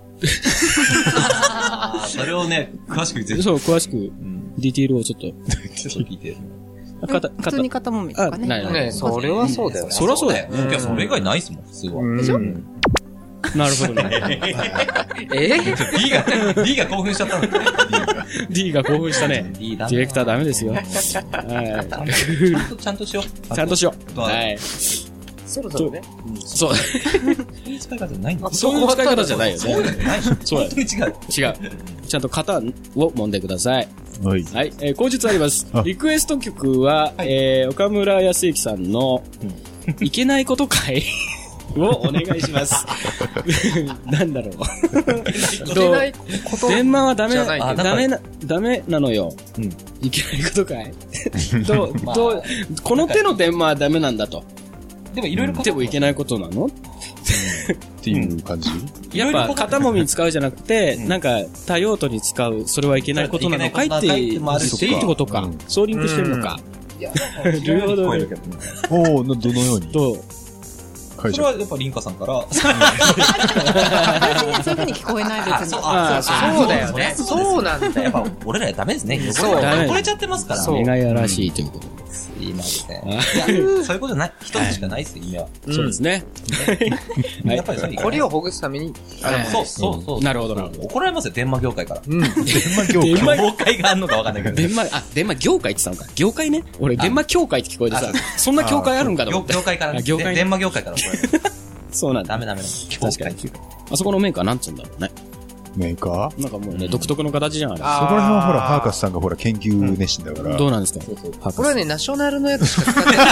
んそれをね、詳しく言って。 そう、詳しく、ディティールをちょっと。 ちょっと聞いて。 普通に肩もみとかね。 ないね。それはそうだよね。 そりゃそうだよ。 いや、それ以外ないっすもん、普通は。 でしょ？ なるほどね。 え ?D が、D が興奮しちゃったのね。 D が興奮したね。ディレクターダメですよ。はい。 ちゃんとしよう。 ちゃんとしよう。はい。 そろそろね。 そう。 そういう使い方じゃないんだ。 そういう使い方じゃないよね。 そういうのない。そう本当に違う。 違う。ちゃんと型を揉んでください。 はい。 はい。えー、口述あります。リクエスト曲は、えー、岡村康之さんの、いけないことかいをお願いします。なんだろう。 いけないこと電話はダメ、ダメな、ダメなのよ。うん。いけないことかいどう、どう、この手の電話はダメなんだと。 でもいろいろでもいけないことなのっていう感じ、 やっぱ肩もみに使うじゃなくて、なんか多用途に使う、それはいけないことなのかいって言っていいってことか。そうリンクしてるのか。 いや、 なるほどね。 おお、どのようにどうそれはやっぱリンカさんから。 私にはそういう風に聞こえない別に。 ああ、そうだよね。そうなんだ。 やっぱ俺らダメですね。 そう。 汚れちゃってますから。 目がやらしいということです。 すいません。いや、そういうことじゃない。一つしかないですよ、夢は。 そうですね。 やっぱりそれ。 これをほぐすために、 そうそうそう。 なるほどなるほど。 怒られますよ、電話業界から。 うん。電話業界。 電話業界があんのかわかんないけど。 電話、あ、電話業界って言ったのか。業界ね。俺、電話協会って聞こえてさ、そんな業界あるんかと思って。 業界から。 業界。 電話業界から怒られる。 そうなんだ。 ダメダメだ。 確かに。あそこのメーカーなんつうんだろうね。 メーカーなんかもうね、独特の形じゃん、あれ。そこら辺はほら、ハーカスさんがほら、研究熱心だから。 どうなんですかこれはね、ナショナルのやつしか使ってない。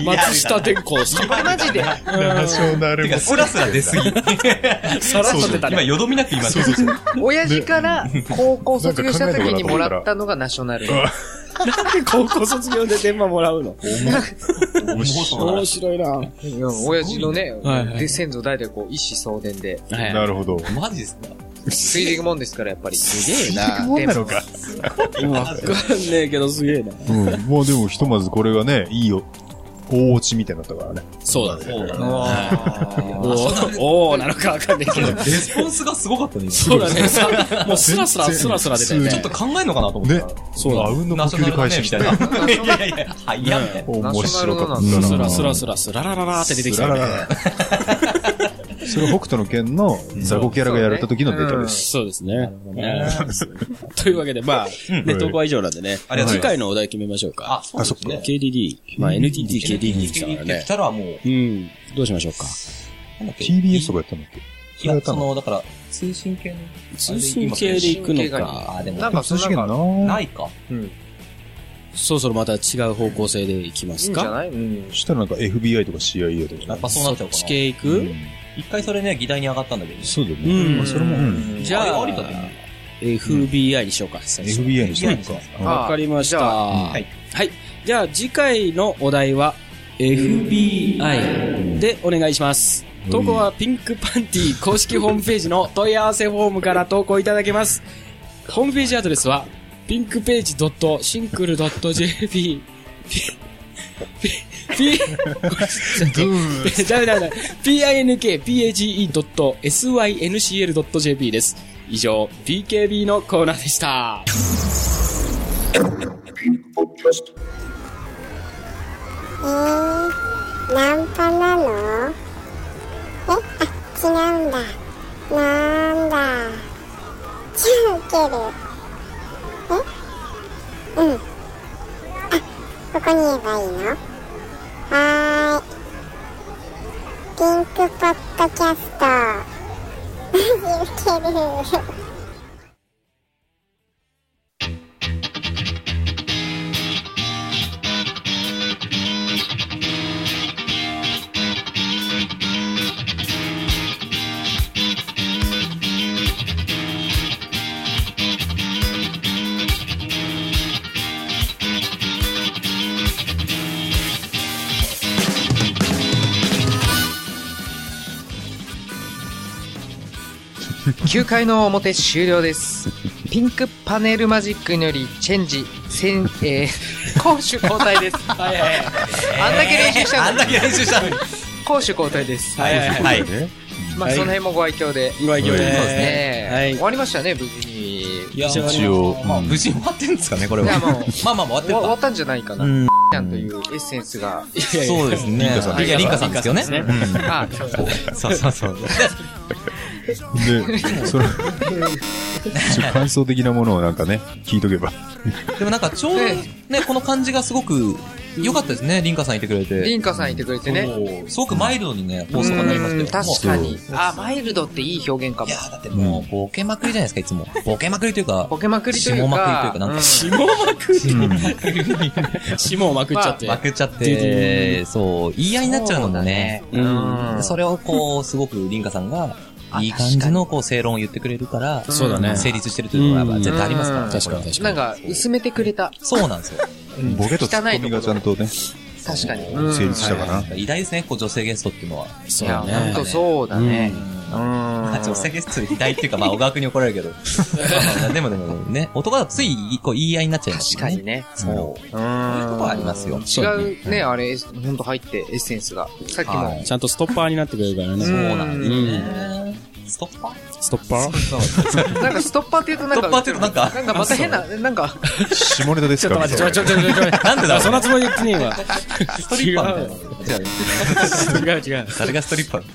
松下電工さん。 これマジで。 ナショナルも。 スラスラ出すぎ。 さらっと出たね。 今、よどみなく言いました。 親父から高校卒業した時にもらったのがナショナル。 なんで高校卒業で電話もらうの面白いな。 親父のね、で先祖代々こう、一子相伝で。 なるほど。 マジですかついていくもんですから、やっぱり。 すげえな。 もんなのか。 わかんねえけどすげえな。 うん。もうでもひとまずこれがね、いいよ。大落ちみたいになったからね。 そうだね。おー、なのかわかんないけど。 レスポンスがすごかったね。 そうだね。もうスラスラスラスラ出てね。 ちょっと考えんのかなと思ったら。 そうだ。あうんの呼吸で返してきた。いやいやいや、はいや、みたいな。 面白かったな。 スラスラスラスララララって出てきた。 それ北斗の拳のザコキャラがやられた時のネタです。 そうですね。というわけで、まあ、ネ投稿は以上なんでね。次回のお題決めましょうか。 あ、そうですね。 ケーディーディー、まあ エヌティーティー、ケーディーディー 来たからね。 来たらもう。 うん。どうしましょうか。 ティービーエス とかやったんだっけいや、その、だから、通信系の。 通信系で行くのか。 あ、でも、 なんか通信系ないか。うん。 そろそろまた違う方向性で行きますか。 いいんじゃない？うん。 したらなんか エフビーアイ とか シーアイエー とか。 やっぱそうなっちゃうかな。 地形行く？ 一回それね、議題に上がったんだけど。 そうだよね。 うん。 それも、 じゃあ、 ありだね。 エフビーアイ にしようか。 エフビーアイ にしようか。 わかりました。はい。はい。じゃあ次回のお題は エフビーアイ でお願いします。投稿はピンクパンティ公式ホームページの問い合わせフォームから投稿いただけます。ホームページアドレスは ピンクページ ドットシンクル ドット ジェーピー ピ、ピ、ピ、ダメダメダメ。ピーアイエヌケーピーエージーイードットエスワイエヌシーエルドットジェーピー です。以上、ピーケービー のコーナーでした。 えー、ナンパなの？え、あ、違うんだ。なんだ。じゃあ受ける。え？うん。ここに言えばいいの？はーい。ピンクポッドキャスト。マジウケる。 きゅうかいの表終了です。ピンクパネルマジックによりチェンジ、せん、えー、攻守交代です。はいはいはい。あんだけ練習したのに。 あんだけ練習したのに。 攻守交代です。 はいはいはい。 まあその辺もご愛嬌で。 ご愛嬌で。そうですね。はい。終わりましたね、無事に。 いや、一応。まあ無事に終わってるんですかね、これは。 いやもう、 まあまあ終わってる。 終わったんじゃないかな。 ちゃんというエッセンスが。 そうですね。いや、リンカさんですよね。あ、そうそうそう。 で、その、感想的なものをなんかね、聞いとけば。 でもなんかちょうどね、この感じがすごく良かったですね、リンカさんいてくれて。 リンカさんいてくれてね。 すごくマイルドにね、放送がなりましたよ。 確かに。あ、マイルドっていい表現かも。 いや、だってもう、ボケまくりじゃないですか、いつも。ボケまくりというか、 ボケまくりというか、 下まくりというか、なんか。 下まくり下をまくっちゃって。 まくっちゃって、そう、言い合いになっちゃうのもね。それをこう、すごくリンカさんが、いい感じのこう正論を言ってくれるから、 そうだね。 成立してるというのが絶対ありますからね。 確かに確かに。 なんか、薄めてくれた。 そうなんですよ。 ボケとツッコミがちゃんとね。 確かに。 成立したかな。 偉大ですね、こう女性ゲストっていうのは。 そうだね。 ほんとそうだね。 女性ゲストで偉大っていうか、まあ、小川君に怒られるけど。でもでもね、男だとつい、こう言い合いになっちゃいますね。 確かにね。 そう。そういうとこはありますよ。 違うね、あれ、ほんと入ってエッセンスが。さっきも。 ちゃんとストッパーになってくれるからね。 そうなんですね。ストッパーストッパーなんかストッパーって言うとなんか、 ストッパーって言うとなんか、 なんかまた変な、なんか、 下ネタですか？ ちょっと待って、ちょ、ちょ、ちょ、ちょ、なんでだそんなつもり言ってねえわ。 ストリッパーみたいな。違う違う。 誰がストリッパ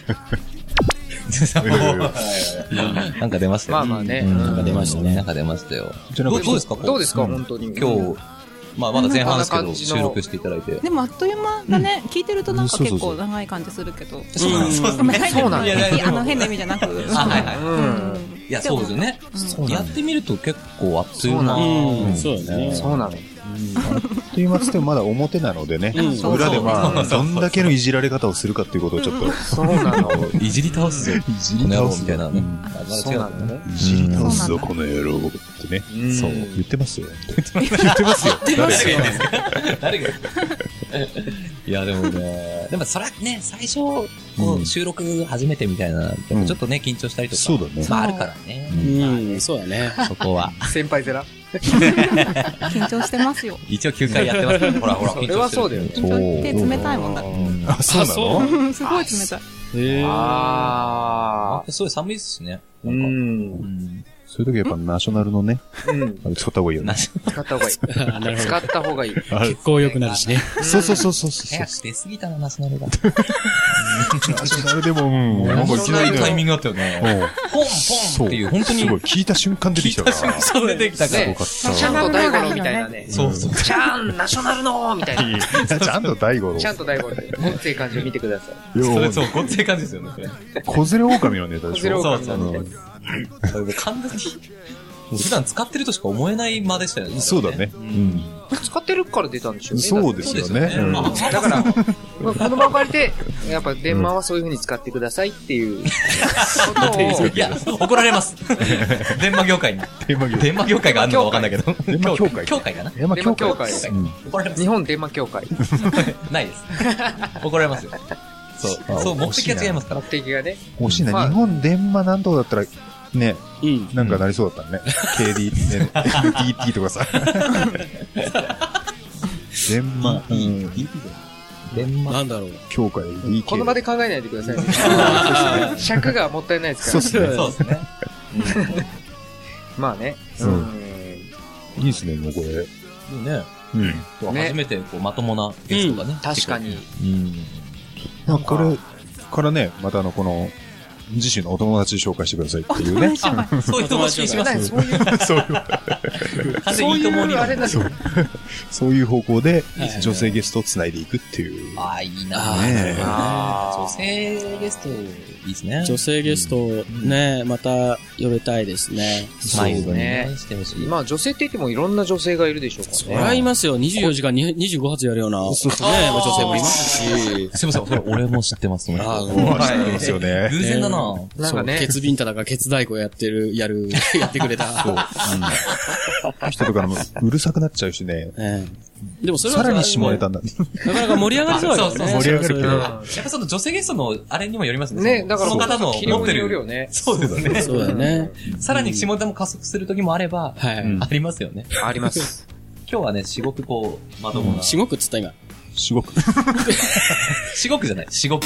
ーなんか出ましたよ。 まあまあね。 なんか出ましたね。 なんか出ましたよ。 どうですかどうですか本当に。 今日、まあまだ前半ですけど、収録していただいて。 でもあっという間だね。聞いてるとなんか結構長い感じするけど。 そうなんですね。 そうなんですね。あの変な意味じゃなく。 あ、はいはい。いや、そうですよね。やってみると結構あっという間。 そうだね。 そうなの。 と言いますとまだ表なのでね、裏でまあどんだけのいじられ方をするかっていうことをちょっとそうなのいじり倒すぞいじり倒すみたいなね。 そうなんだね。 いじり倒すぞこの野郎ってね。そう言ってますよ。言ってますよ。 誰がいやでもね、でもそれはね最初収録初めてみたいなちょっとね緊張したりとかそうだね。 まああるからね。 うんそうだね。 そこは先輩ゼラ。 緊張してますよ。 一応きゅうかいやってます。ほらほら。 それはそうだよね。 緊張って冷たいもんだ。 あ、そうなの？ すごい冷たい。 へああ。すごい寒いですしね。 うん。 そういう時はやっぱナショナルのね、使った方がいいよね。 使った方がいい。使った方がいい。 結構良くなるしね。 そうそうそうそうそう。 早く出すぎたな、ナショナルが。 ナショナルでも、うん、なんかいきなりタイミングあったよね。ポンポンっていう、本当に。 すごい、聞いた瞬間出てきたから。 そう出てきたから。 すごかった。 ちゃんと大五郎みたいなね。 そうそう。 ちゃん、ナショナルのみたいな。 ちゃんと大五郎。 ちゃんと大五郎。ごっつい感じを見てください。 それそう、ごっつい感じですよね。 小連れ狼のネタでしょ。 そうそうそう。完全に。普段使ってるとしか思えない間でしたよね。 そうだね。うん。 使ってるから出たんでしょうね。 そうですよね。 だから、この場を借りて、やっぱ電話はそういう風に使ってくださいっていうことを。 いや、怒られます。電話業界に。電話業界があるのかわかんないけど。 電話協会。 協会かな電話協会。 怒られます。 日本電話協会。 ないです。怒られますよ。そう。そう、目的が違いますから。 目的がね。 惜しいな。日本電話なんとかだったら、ね、うん、なんかなりそうだったね。ケーディー、ね、ディーティー とかさ。電話、うん、 電話。なんだろう。 協会 ディーケー。 この場で考えないでくださいね。尺がもったいないですから。 そうですね。 そうですね。 まあね。 うん。いいですね、もうこれ。いいね。うん。初めてこうまともなゲストがね。 確かに。 うん。まあこれからね、またあの、この、自身のお友達紹介してくださいっていうね。 そういう友達にします。 そういう、 そういう、 そういうあれだそう。そういう方向で女性ゲストを繋いでいくっていう。 ああ、いいなぁ。女性ゲスト、いいですね。 女性ゲスト、ね、また呼びたいですね。 そうね。まあ女性って言ってもいろんな女性がいるでしょうからね。 そりゃいますよ。にじゅうよじかんにじゅうご発やるような。そうそう。ね、女性もいますし。 すいません、それ俺も知ってますね。 ああ、知ってますよね。 偶然だな。 なんかね。ケツビンタだかケツ太鼓やってる、やる、やってくれた。そう。 人とかもうるさくなっちゃうしね。 でもそれはさらに下ネタになって。 なかなか盛り上がりそうだよね。 盛り上がるけど。 やっぱその女性ゲストのあれにもよりますね。 ね、だからその方の持ってる。 よね。 そうですね。 そうだね。 さらに下ネタも加速する時もあれば、ありますよね。 あります。 今日はね、至極こう、まともな。 至極っつった今。 至極。 至極じゃない、至極。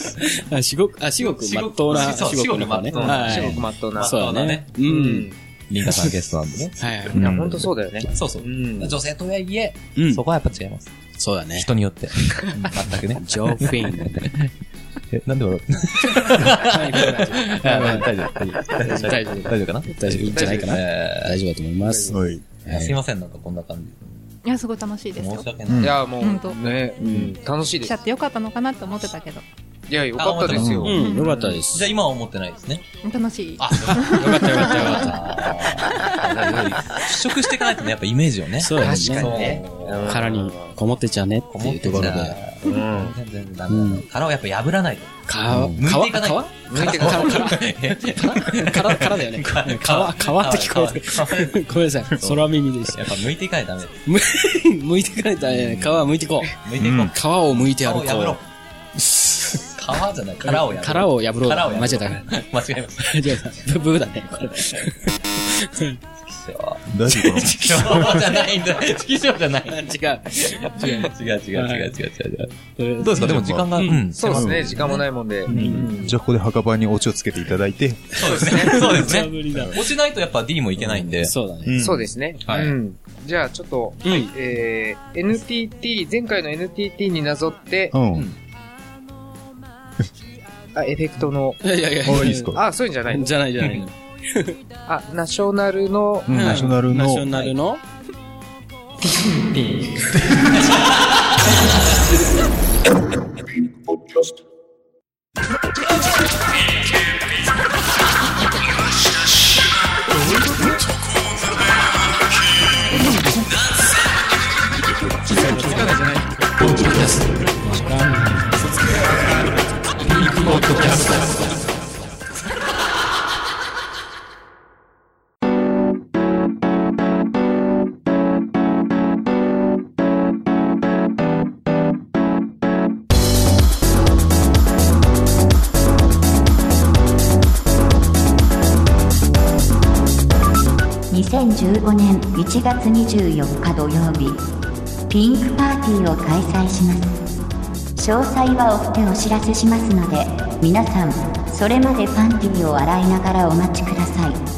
あ、至極、あ、至極、まっとうな。 至極まっとうな。 至極まっとうな。 そうだね。 うん。 リンカさんゲストなんでね。 はい。いや、ほんとそうだよね。 そうそう。女性とはいえ、そこはやっぱ違います。 そうだね。 人によって。全くね。 ジョーフィン。 え、なんで笑って大丈夫。大丈夫。大丈夫。大丈夫かな大丈夫。いいんじゃないかな大丈夫だと思います。 はい。すいません、なんかこんな感じ。 いや、すごい楽しいですよ。 申し訳ない。 いや、もう、ね、楽しいです。 来ちゃってよかったのかなって思ってたけど。 いや、よかったですよ。 うん、よかったです。 じゃあ今は思ってないですね。 楽しい。 あ、よかったよかったよかった。 試食していかないとね、やっぱイメージをね。 そう確かにね。 殻にこもってちゃねっていうところで。 うん。全然ダメ。殻をやっぱ破らないと。 皮、剥いていかないと。剥いていかないと。殻、殻だよね。皮、皮って聞こえてる。ごめんなさい。空耳でした。 やっぱ剥いていかないとダメ。 剥いていかないとダメ。皮剥いていこう。剥いていこう。皮を剥いてやるこう。 皮じゃない、殻を破ろう。 殻を破ろう。 殻を破ろう。 間違えた。 間違えました。 間違えた。ブブーだね、これ。 大丈夫かなチキショーじゃないんだ。チキショーじゃない。 違う。 違う。違う違う違う違う違う。どうですかでも時間が、うん。 そうですね。時間もないもんで。 じゃあここで墓場にオチをつけていただいて。 そうですね。そうですね。落ちないとやっぱ D もいけないんで。 そうだね。 そうですね。はい。じゃあちょっと、えー、エヌティーティー、前回の エヌティーティー になぞって、うん。あ、エフェクトの。 いやいやいや。 あ、いいですか。 あ、そういうんじゃないじゃないじゃない。 あ、ナショナルの、 ナショナルの、 ナショナルの、ピン。 にせんじゅうごねんいちがつにじゅうよっか土曜日、ピンクパーティーを開催します。詳細は追ってお知らせしますので、皆さんそれまでパンティーを洗いながらお待ちください。